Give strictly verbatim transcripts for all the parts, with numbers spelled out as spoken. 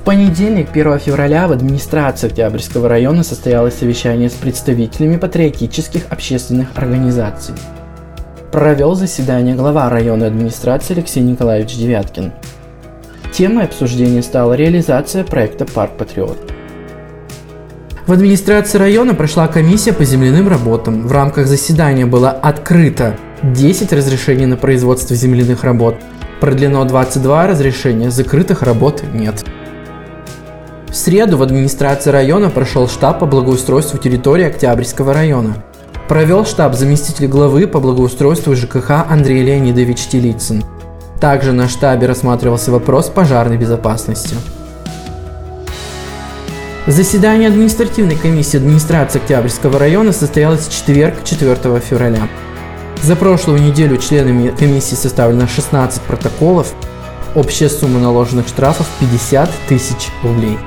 понедельник, первого февраля, в администрации Октябрьского района состоялось совещание с представителями патриотических общественных организаций. Провел заседание глава районной администрации Алексей Николаевич Девяткин. Темой обсуждения стала реализация проекта «Парк Патриот». В администрации района прошла комиссия по земляным работам. В рамках заседания было открыто десять разрешений на производство земляных работ, продлено двадцать два разрешения, закрытых работ нет. В среду в администрации района прошел штаб по благоустройству территории Октябрьского района. Провел штаб заместитель главы по благоустройству ЖКХ Андрей Леонидович Телицын. Также на штабе рассматривался вопрос пожарной безопасности. Заседание административной комиссии администрации Октябрьского района состоялось в четверг, четвёртого февраля. За прошлую неделю членами комиссии составлено шестнадцать протоколов. Общая сумма наложенных штрафов пятьдесят тысяч рублей.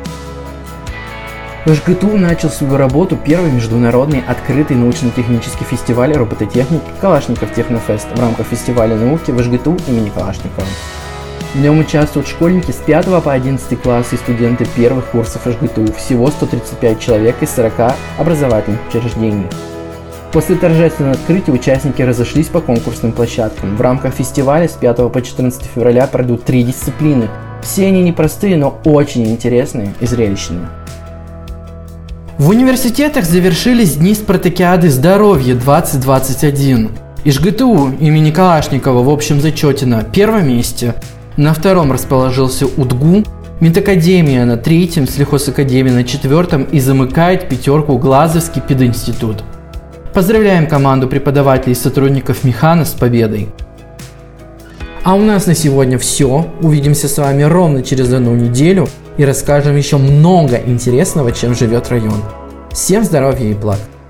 В ЖГТУ начал свою работу первый международный открытый научно-технический фестиваль робототехники «Калашников Технофест» в рамках фестиваля науки в ЖГТУ имени Калашникова. В нем участвуют школьники с пятого по одиннадцатый классы и студенты первых курсов ЖГТУ, всего сто тридцать пять человек из сорока образовательных учреждений. После торжественного открытия участники разошлись по конкурсным площадкам. В рамках фестиваля с пятого по четырнадцатое февраля пройдут три дисциплины. Все они непростые, но очень интересные и зрелищные. В университетах завершились дни спартакиады «Здоровье двадцать двадцать один». ИЖГТУ имени Калашникова в общем зачете на первом месте, на втором расположился УДГУ, Медакадемия на третьем, Сельхозакадемия на четвертом и замыкает пятерку Глазовский пединститут. Поздравляем команду преподавателей и сотрудников Механа с победой! А у нас на сегодня все. Увидимся с вами ровно через одну неделю и расскажем еще много интересного, чем живет район. Всем здоровья и благ!